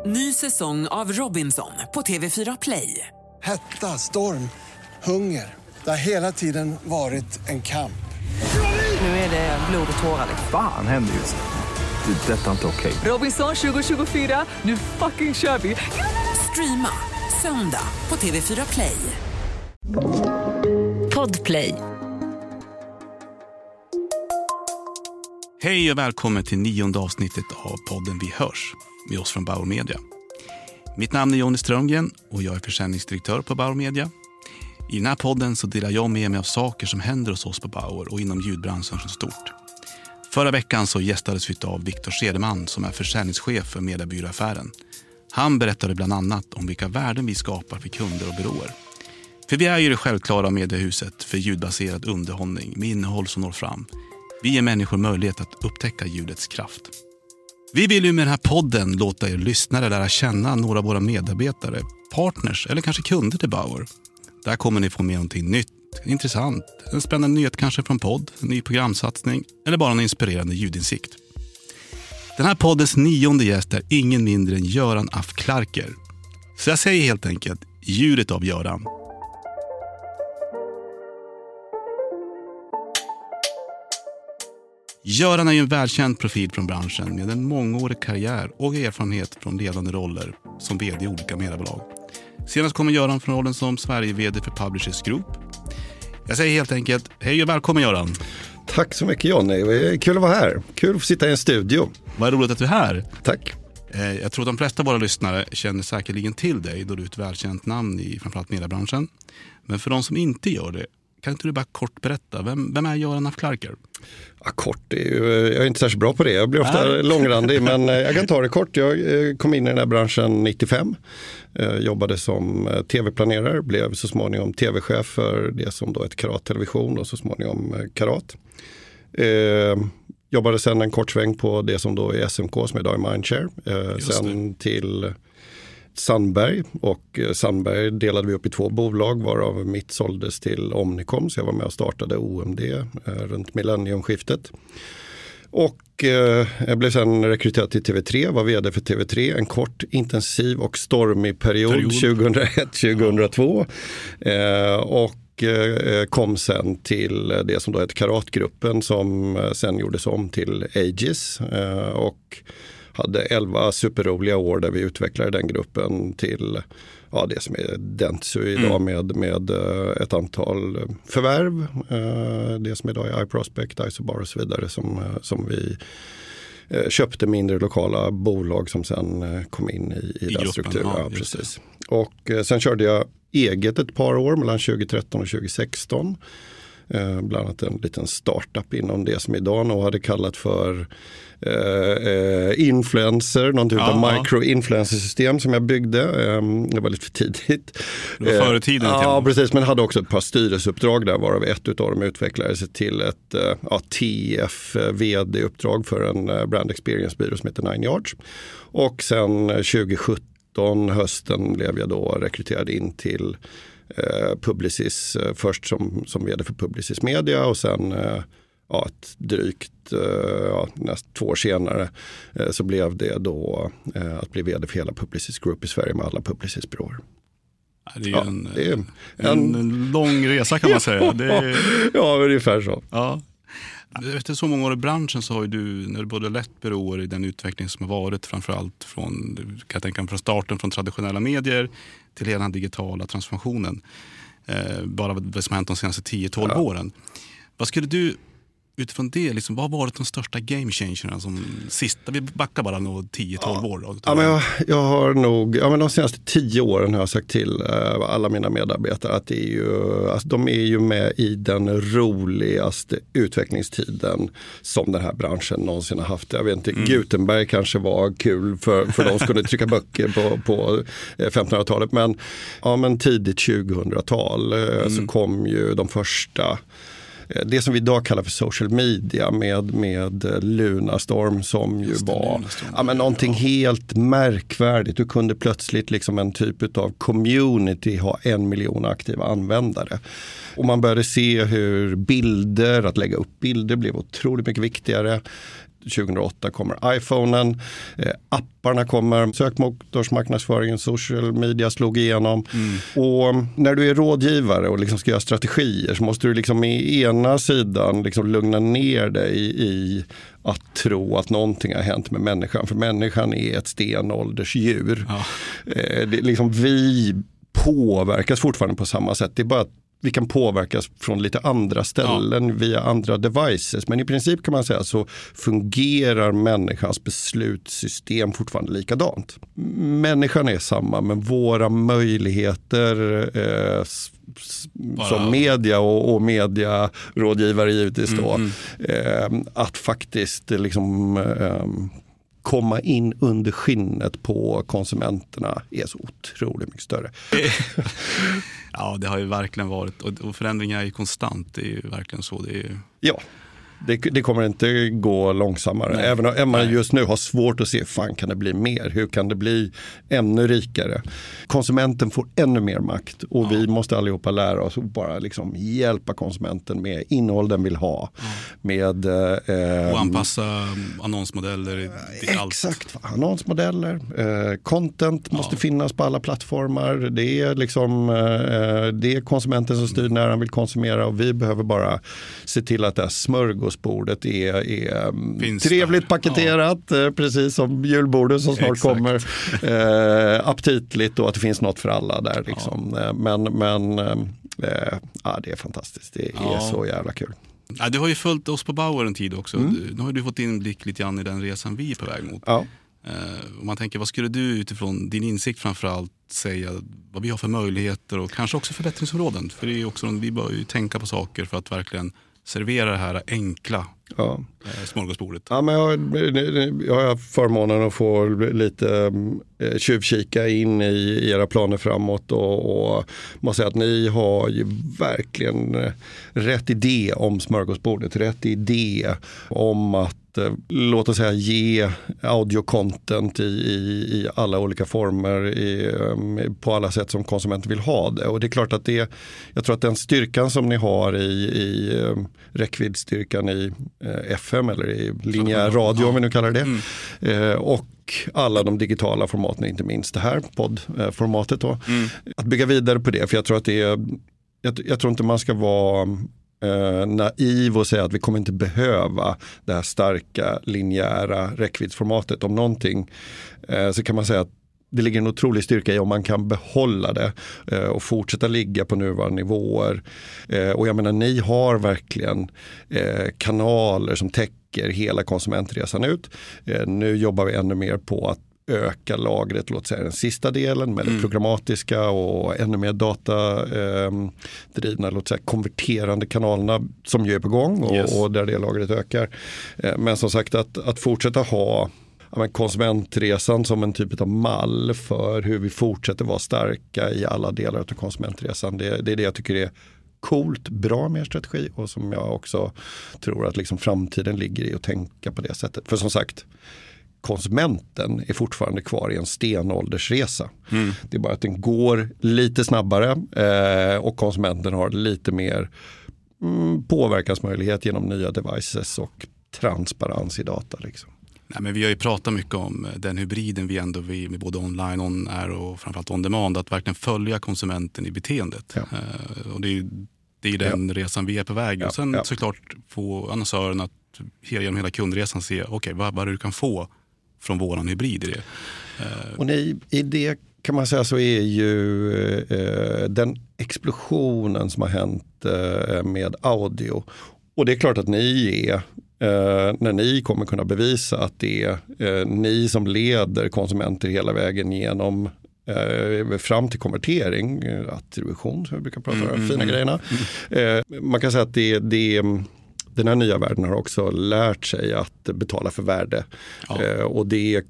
Ny säsong av Robinson på TV4 Play. Hetta, storm, hunger. Det har hela tiden varit en kamp. Nu är det blod och tårar. Fan händer just nu. Det. Detta är inte okej. Robinson 2024, nu fucking kör vi. Streama söndag på TV4 Play. Podplay. Hej och välkommen till 9:e avsnittet av podden Vi hörs med oss från Bauer Media. Mitt namn är Jonny Strömgren och jag är försäljningsdirektör på Bauer Media. I den här podden så delar jag med mig av saker som händer hos oss på Bauer och inom ljudbranschen som stort. Förra veckan så gästades vi av Viktor Cederman som är försäljningschef för Mediebyråaffären. Han berättade bland annat om vilka värden vi skapar för kunder och byråer. För vi är ju det självklara mediehuset för ljudbaserad underhållning med innehåll som når fram. Vi ger människor möjlighet att upptäcka ljudets kraft. Vi vill ju med den här podden låta er lyssnare lära känna några av våra medarbetare, partners eller kanske kunder till Bauer. Där kommer ni få med någonting nytt, intressant, en spännande nyhet kanske från podd, en ny programsatsning eller bara en inspirerande ljudinsikt. Den här poddens 9:e gäst är ingen mindre än Göran af Klarker. Så jag säger helt enkelt ljudet av Göran. Göran är ju en välkänd profil från branschen med en mångårig karriär och erfarenhet från ledande roller som vd i olika mediebolag. Senast kommer Göran från rollen som Sverige-vd för Publishers Group. Jag säger helt enkelt, hej och välkommen Göran. Tack så mycket Jonny, kul att vara här. Kul att få sitta i en studio. Vad roligt att du är här. Tack. Jag tror de flesta av våra lyssnare känner säkerligen till dig då du är ett välkänt namn i framförallt mediebranschen. Men för de som inte gör det, kan inte du bara kort berätta, vem är Göran af Klarker? Ja, kort, jag är inte särskilt bra på det. Jag blir ofta långrandig, men jag kan ta det kort. Jag kom in i den här branschen 95. Jobbade som tv-planerare, blev så småningom tv-chef för det som då är ett Karat Television och så småningom Karat. Jobbade sen en kort sväng på det som då är SMK som idag är Mindshare. Sen till Sandberg, och Sandberg delade vi upp i 2 bolag varav mitt såldes till Omnicom, så jag var med och startade OMD runt millenniumskiftet. Och jag blev sen rekryterad till TV3, var vd för TV3, en kort, intensiv och stormig period. 2001-2002 och kom sen till det som då heter Karatgruppen som sen gjordes om till Aegis och hade 11 superroliga år där vi utvecklade den gruppen till det som är Dentsu idag med ett antal förvärv. Det som idag är iProspect, Isobar och så vidare som vi köpte mindre lokala bolag som sen kom in i den strukturen. Ja, precis. Och sen körde jag eget ett par år mellan 2013 och 2016. Bland annat en liten startup inom det som idag nog hade kallat för influencer, någon typ av micro-influencer-system som jag byggde. Det var lite för tidigt. Det var före tiden. Ja, precis, men hade också ett par styrelseuppdrag där, varav ett utav dem utvecklades till ett TF-vd-uppdrag för en brand experience-byrå som heter 9 Yards. Och sen 2017 hösten blev jag då rekryterad in till Publicis, först som vd för Publicis Media och sen ett drygt nästan 2 år senare så blev det då att bli vd för hela Publicis Group i Sverige med alla Publicis byråer. Det är en lång resa kan man säga. Ja, ungefär så. Ja. Efter så många år i branschen så har ju du, när du både lett byråer i den utveckling som har varit framförallt från starten från traditionella medier till hela den digitala transformationen. Bara det som har hänt de senaste 10-12 åren. Vad skulle du utifrån det, liksom, vad har varit de största game changerna som sista, vi backar bara 10-12 år då? Ja, men jag har nog, men de senaste 10 åren har jag sagt till alla mina medarbetare att det är ju, alltså, de är ju med i den roligaste utvecklingstiden som den här branschen någonsin har haft. Jag vet inte, Gutenberg kanske var kul för de som kunde trycka böcker på 1500-talet, men tidigt 2000-tal så kom ju de första det som vi idag kallar för social media med Lunarstorm som ju var någonting helt märkvärdigt. Du kunde plötsligt liksom en typ av community ha 1 miljon aktiva användare. Och man började se hur att lägga upp bilder blev otroligt mycket viktigare. 2008 kommer iPhonen, apparna kommer, sökmotorsmarknadsföringen, social media slog igenom. Och när du är rådgivare och liksom ska göra strategier så måste du liksom i ena sidan liksom lugna ner dig i att tro att någonting har hänt med människan. För människan är ett stenåldersdjur. Ja. Liksom vi påverkas fortfarande på samma sätt. Det är bara att vi kan påverkas från lite andra ställen via andra devices. Men i princip kan man säga så fungerar människans beslutssystem fortfarande likadant. Människan är samma, men våra möjligheter som media och mediarådgivare givetvis då, att faktiskt liksom komma in under skinnet på konsumenterna är så otroligt mycket större. Ja, det har ju verkligen varit, och förändringar är ju konstant, det är ju verkligen så. Det är... Ja. Det kommer inte gå långsammare. Nej. Även om man just nu har svårt att se, fan kan det bli mer? Hur kan det bli ännu rikare? Konsumenten får ännu mer makt och vi måste allihopa lära oss att bara liksom hjälpa konsumenten med innehåll den vill ha. Med, och anpassa annonsmodeller till allt. Exakt, annonsmodeller. Content måste finnas på alla plattformar. Det är liksom det är konsumenten som styr när han vill konsumera och vi behöver bara se till att det här smörgåsbordet är trevligt paketerat, precis som julbordet som snart kommer, aptitligt och att det finns något för alla där. Liksom. Men det är fantastiskt. Det är så jävla kul. Ja, du har ju följt oss på Bauer en tid också. Nu har du fått inblick lite grann i den resan vi är på väg mot. Ja. Om man tänker, vad skulle du utifrån din insikt framförallt säga vad vi har för möjligheter och kanske också förbättringsområden? För det är också, vi bör ju tänka på saker för att verkligen servera det här enkla smörgåsbordet. Ja, men jag har förmånen att få lite tjuvkika in i era planer framåt och måste säga att ni har ju verkligen rätt idé om smörgåsbordet, rätt idé om att låt oss säga ge audio-content i alla olika former på alla sätt som konsumenter vill ha det. Och det är klart att jag tror att den styrkan som ni har i räckviddsstyrkan i FM eller i linjär radio om vi nu kallar det och alla de digitala formaten, inte minst det här poddformatet då. Att bygga vidare på det, för jag tror att jag tror inte man ska vara naiv och säga att vi kommer inte behöva det här starka linjära räckviddsformatet. Om någonting så kan man säga att det ligger en otrolig styrka i om man kan behålla det och fortsätta ligga på nuvarande nivåer. Och jag menar, ni har verkligen kanaler som täcker hela konsumentresan ut. Nu jobbar vi ännu mer på att öka lagret, låt säga den sista delen med det programmatiska och ännu mer datadrivna, låt säga konverterande kanalerna som ju är på gång och där det lagret ökar. Men som sagt att fortsätta ha konsumentresan som en typ av mall för hur vi fortsätter vara starka i alla delar av konsumentresan. Det är det jag tycker är coolt, bra med strategi och som jag också tror att liksom framtiden ligger i att tänka på det sättet. För som sagt, konsumenten är fortfarande kvar i en stenåldersresa. Det är bara att den går lite snabbare och konsumenten har lite mer påverkansmöjlighet genom nya devices och transparens i data. Liksom. Nej, men vi har ju pratat mycket om den hybriden vi ändå med både online, on-air och framförallt on-demand, att verkligen följa konsumenten i beteendet. Ja. Och det är den resan vi är på väg. Och sen såklart få annonsören att genom hela kundresan se vad du kan få från våran hybrid i det. Och i det kan man säga så är ju den explosionen som har hänt med audio. Och det är klart att ni är när ni kommer kunna bevisa att det är ni som leder konsumenter hela vägen genom fram till konvertering, attribution som vi brukar prata om, de fina grejerna. Man kan säga att den här nya världen har också lärt sig att betala för värde. Och det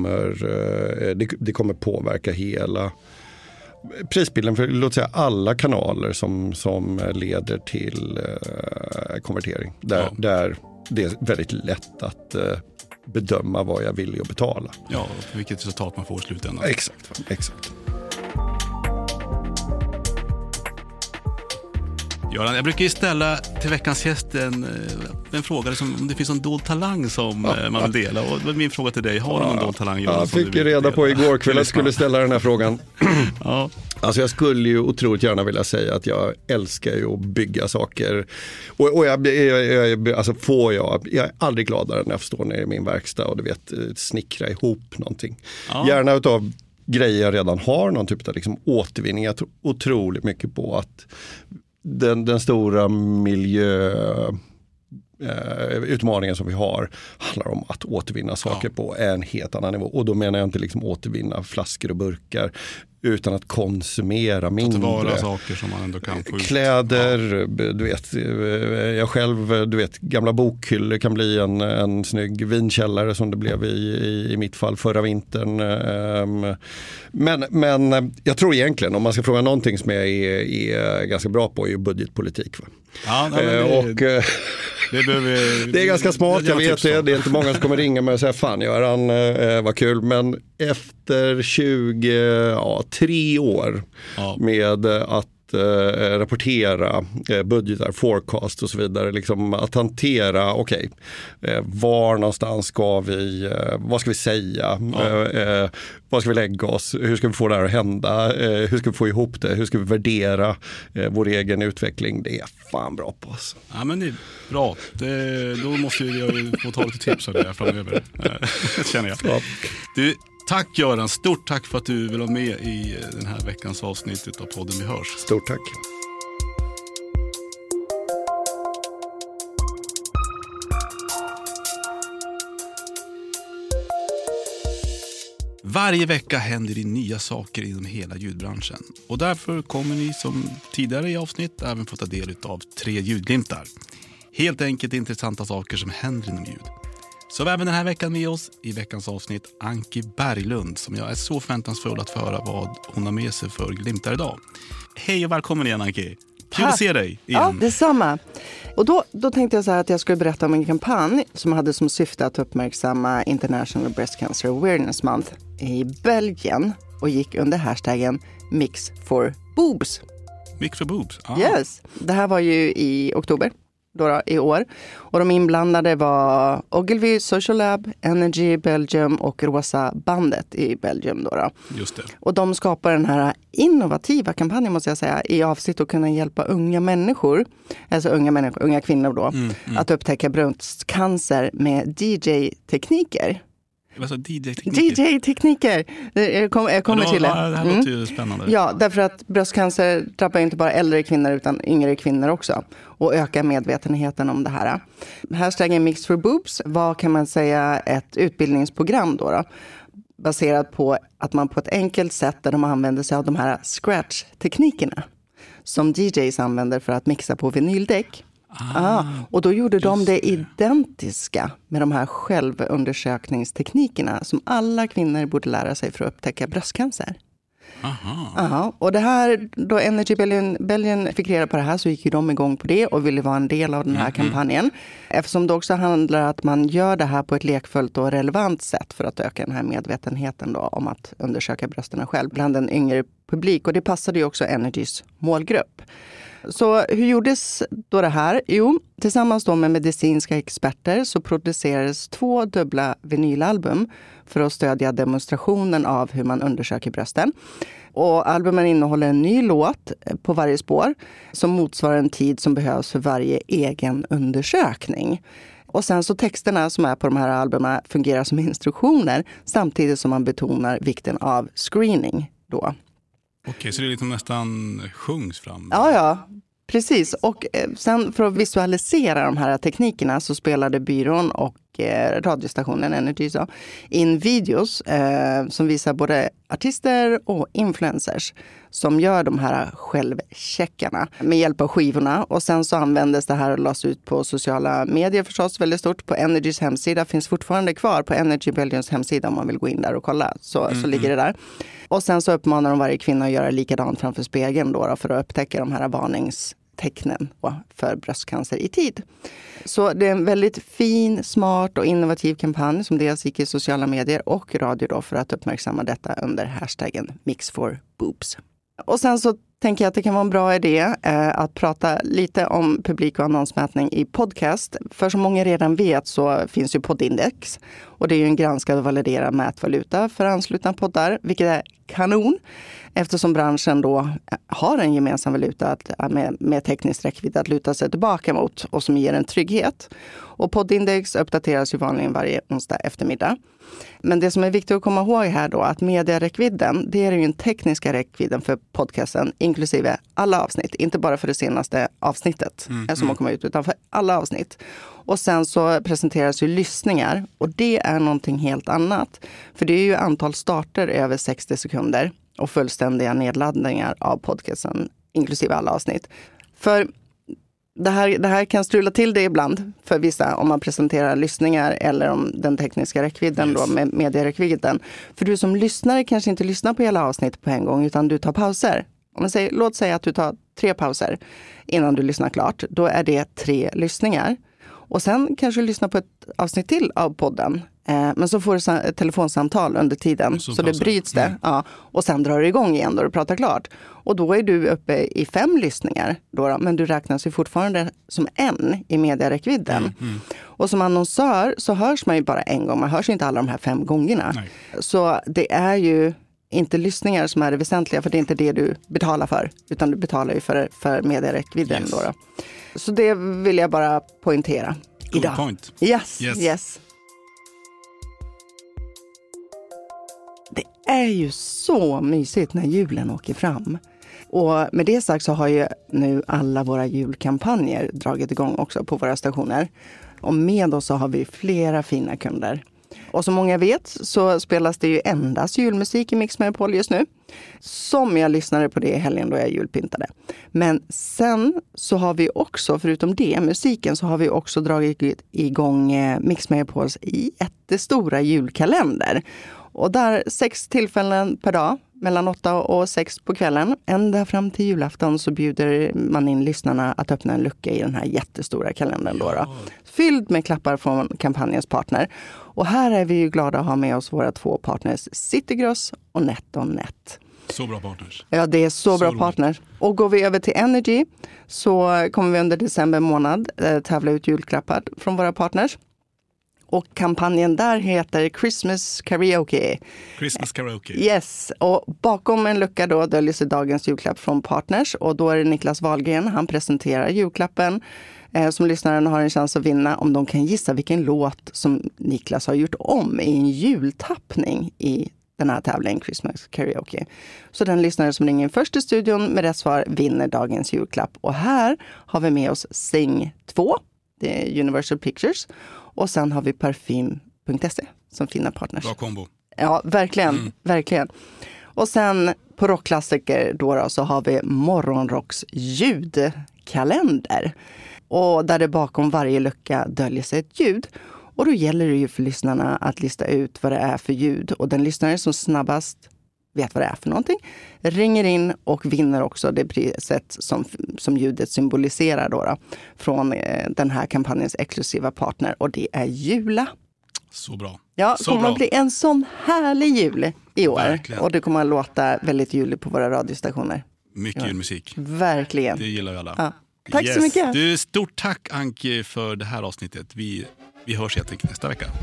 kommer påverka hela prisbilden för, låt säga, alla kanaler som leder till konvertering. Där det är väldigt lätt att bedöma vad jag vill att betala. Ja, för vilket resultat man får i slutändan. Exakt. Göran, jag brukar ju ställa till veckans gäst en fråga om det finns en dold talang som man vill dela. Och min fråga till dig, har du någon dold talang? Jag fick ju reda på igår kväll att jag skulle ställa den här frågan. Ja. Alltså jag skulle ju otroligt gärna vilja säga att jag älskar ju att bygga saker. Och jag är aldrig gladare när jag står ner i min verkstad och snickra ihop någonting. Ja. Gärna utav grejer jag redan har, någon typ av liksom återvinning. Jag tror otroligt mycket på att den stora utmaningen som vi har handlar om att återvinna saker på en helt annan nivå. Och då menar jag inte liksom återvinna flaskor och burkar utan att konsumera mindre. Tillvara saker som man ändå kan få ut. Kläder, jag själv, gamla bokhyllor kan bli en snygg vinkällare som det blev i mitt fall förra vintern. Men jag tror egentligen, om man ska fråga någonting som jag är ganska bra på, är ju budgetpolitik. Va? Ja, det är ganska smart, jag vet det. Det är inte många som kommer ringa mig och säga fan Göran, vad kul. Men efter 3 år med att rapportera budgetar, forecast och så vidare, liksom att hantera var någonstans vad ska vi säga, vad ska vi lägga oss, hur ska vi få det här att hända, hur ska vi få ihop det, hur ska vi värdera vår egen utveckling. Det är fan bra på oss. Ja, men det är bra. Då måste jag få ta lite tips av det framöver. Känner jag. Ja. Du, tack Göran, stort tack för att du vill vara med i den här veckans avsnitt av podden Vi hörs. Stort tack. Varje vecka händer det nya saker inom hela ljudbranschen. Och därför kommer ni som tidigare i avsnitt även få ta del av 3 ljudglimtar. Helt enkelt intressanta saker som händer inom ljud. Så vi har även den här veckan med oss i veckans avsnitt Anki Berglund, som jag är så förväntansfull att höra vad hon har med sig för glimtar idag. Hej och välkommen igen Anki. Kul att se dig igen. Ja, detsamma. Och då tänkte jag så här att jag skulle berätta om en kampanj som hade som syfte att uppmärksamma International Breast Cancer Awareness Month i Belgien och gick under hashtaggen Mix for Boobs. Mix for Boobs? Ah. Yes. Det här var ju i oktober i år. Och de inblandade var Ogilvy Social Lab, Energy Belgium och Rosa Bandet i Belgium. Då. Just det. Och de skapar den här innovativa kampanjen, måste jag säga, i avsikt att kunna hjälpa unga människor, alltså unga kvinnor då, att upptäcka bröstcancer med DJ-tekniker. Alltså DJ-tekniker. Jag kommer till det. Det här låter ju spännande. Ja, därför att bröstcancer drabbar inte bara äldre kvinnor utan yngre kvinnor också. Och ökar medvetenheten om det här. Hashtaggen Mix for Boobs var, kan man säga, ett utbildningsprogram då. Baserat på att man på ett enkelt sätt där de använder sig av de här scratch-teknikerna. Som DJs använder för att mixa på vinyldäck. Och då gjorde de det identiska med de här självundersökningsteknikerna som alla kvinnor borde lära sig för att upptäcka bröstcancer. Och det här, då Energy Belgien fick reda på det här så gick ju de igång på det och ville vara en del av den här kampanjen. Eftersom det också handlar om att man gör det här på ett lekfullt och relevant sätt för att öka den här medvetenheten då om att undersöka brösten själv bland en yngre publik. Och det passade ju också Energys målgrupp. Så hur gjordes då det här? Jo, tillsammans då med medicinska experter så producerades 2 dubbla vinylalbum för att stödja demonstrationen av hur man undersöker brösten. Och albumen innehåller en ny låt på varje spår som motsvarar en tid som behövs för varje egen undersökning. Och sen så texterna som är på de här albumen fungerar som instruktioner samtidigt som man betonar vikten av screening då. Okej, så det är liksom nästan sjungs fram? Ja, precis. Och sen för att visualisera de här teknikerna så spelade byrån och radiostationen Energy in videos som visar både artister och influencers som gör de här självcheckarna med hjälp av skivorna. Och sen så användes det här och lades ut på sociala medier förstås väldigt stort. På Energys hemsida finns fortfarande kvar på Energy Belgiums hemsida om man vill gå in där och kolla. Så ligger det där. Och sen så uppmanar de varje kvinna att göra likadant framför spegeln då för att upptäcka de här varningstecknen för bröstcancer i tid. Så det är en väldigt fin, smart och innovativ kampanj som dels gick i sociala medier och radio då för att uppmärksamma detta under hashtaggen Mix for Boobs. Och sen så tänker jag att det kan vara en bra idé att prata lite om publik- och annonsmätning i podcast. För som många redan vet så finns ju Poddindex. Och det är ju en granskad och validerad mätvaluta för anslutna poddar, vilket är kanon. Eftersom branschen då har en gemensam valuta med teknisk räckvidd att luta sig tillbaka mot och som ger en trygghet. Och Poddindex uppdateras ju vanligen varje onsdag eftermiddag. Men det som är viktigt att komma ihåg här då, att medieräckvidden, det är ju den tekniska räckvidden för podcasten, inklusive alla avsnitt. Inte bara för det senaste avsnittet som har kommit ut, utan för alla avsnitt. Och sen så presenteras ju lyssningar, och det är någonting helt annat. För det är ju antal starter över 60 sekunder och fullständiga nedladdningar av podcasten, inklusive alla avsnitt. För det här kan strula till det ibland för vissa om man presenterar lyssningar eller om den tekniska räckvidden då med medieräckvidden. För du som lyssnare kanske inte lyssnar på hela avsnitt på en gång utan du tar pauser. Låt säga att du tar 3 pauser innan du lyssnar klart. Då är det 3 lyssningar. Och sen kanske du lyssnar på ett avsnitt till av podden. Men så får du ett telefonsamtal under tiden. Så det bryts det. Ja, och sen drar du igång igen då du pratar klart. Och då är du uppe i 5 lyssningar. Då, men du räknas ju fortfarande som en i medieräckvidden. Och som annonsör så hörs man ju bara en gång. Man hörs inte alla de här 5 gångerna. Nej. Så det är ju inte lyssningar som är det väsentliga. För det är inte det du betalar för. Utan du betalar ju för medieräckvidden. Yes. Då. Så det vill jag bara poängtera idag. Good point. Yes. Det är ju så mysigt när julen åker fram. Och med det sagt så har ju nu alla våra julkampanjer dragit igång också på våra stationer. Och med oss så har vi flera fina kunder. Och som många vet så spelas det ju endast julmusik i Mix Megapol just nu. Som jag lyssnade på det i helgen då jag julpyntade. Men sen så har vi också, förutom det, musiken, så har vi också dragit igång Mix Megapols jättestora julkalender. Och där 6 tillfällen per dag, mellan 8 och 6 på kvällen. Ända fram till julafton så bjuder man in lyssnarna att öppna en lucka i den här jättestora kalendern. Då. Fylld med klappar från kampanjens partner. Och här är vi ju glada att ha med oss våra 2 partners, Citygross och NetOnNet. Så bra partners. Ja, det är så bra partners. Och går vi över till Energy så kommer vi under december månad tävla ut julklappar från våra partners. Och kampanjen där heter Christmas Karaoke. Christmas Karaoke. Yes, och bakom en lucka då döljer sig dagens julklapp från partners. Och då är det Niklas Wahlgren, han presenterar julklappen som lyssnaren har en chans att vinna om de kan gissa vilken låt som Niklas har gjort om i en jultappning i den här tävlingen Christmas Karaoke. Så den lyssnare som ringer först i studion med rätt svar vinner dagens julklapp. Och här har vi med oss Sing 2, det är Universal Pictures. Och sen har vi Parfym.se som fina partners. Bra kombo. Ja, verkligen. Verkligen. Och sen på rockklassiker då så har vi Morgonrocks ljudkalender. Och där det bakom varje lucka döljer sig ett ljud. Och då gäller det ju för lyssnarna att lista ut vad det är för ljud. Och den lyssnare som snabbast vet vad det är för någonting ringer in och vinner också det priset som ljudet symboliserar då från den här kampanjens exklusiva partner. Och det är Jula. Så bra. Ja, det kommer att bli en sån härlig jul i år. Verkligen. Och det kommer att låta väldigt juligt på våra radiostationer. Mycket julmusik. Verkligen. Det gillar vi alla. Ja. Tack så mycket. Du, stort tack Anki för det här avsnittet. Vi hörs helt enkelt nästa vecka.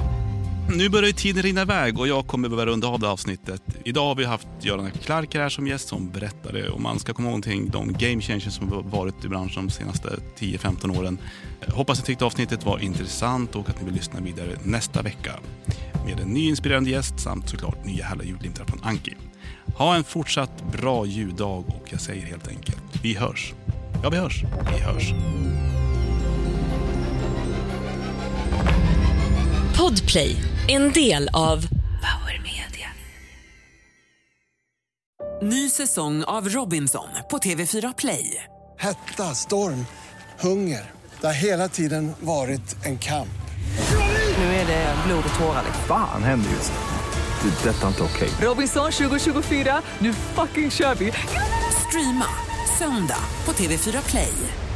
Nu börjar tiden rinna iväg och jag kommer behöva runda av det avsnittet. Idag har vi haft Göran Clark här som gäst som berättade om man ska komma ihåg de game changers som har varit i branschen de senaste 10-15 åren. Hoppas att ni tyckte avsnittet var intressant och att ni vill lyssna vidare nästa vecka med en ny inspirerande gäst samt såklart nya härliga julglimtar från Anki. Ha en fortsatt bra juldag och jag säger helt enkelt, vi hörs. Ja, vi hörs. Vi hörs. Podplay, en del av Power Media. Ny säsong av Robinson på TV4 Play. Hetta, storm, hunger. Det har hela tiden varit en kamp. Nu är det blod och tårar. Fan händer just det. Det är detta inte okej. Robinson 2024, nu fucking kör vi. Streama söndag på TV4 Play.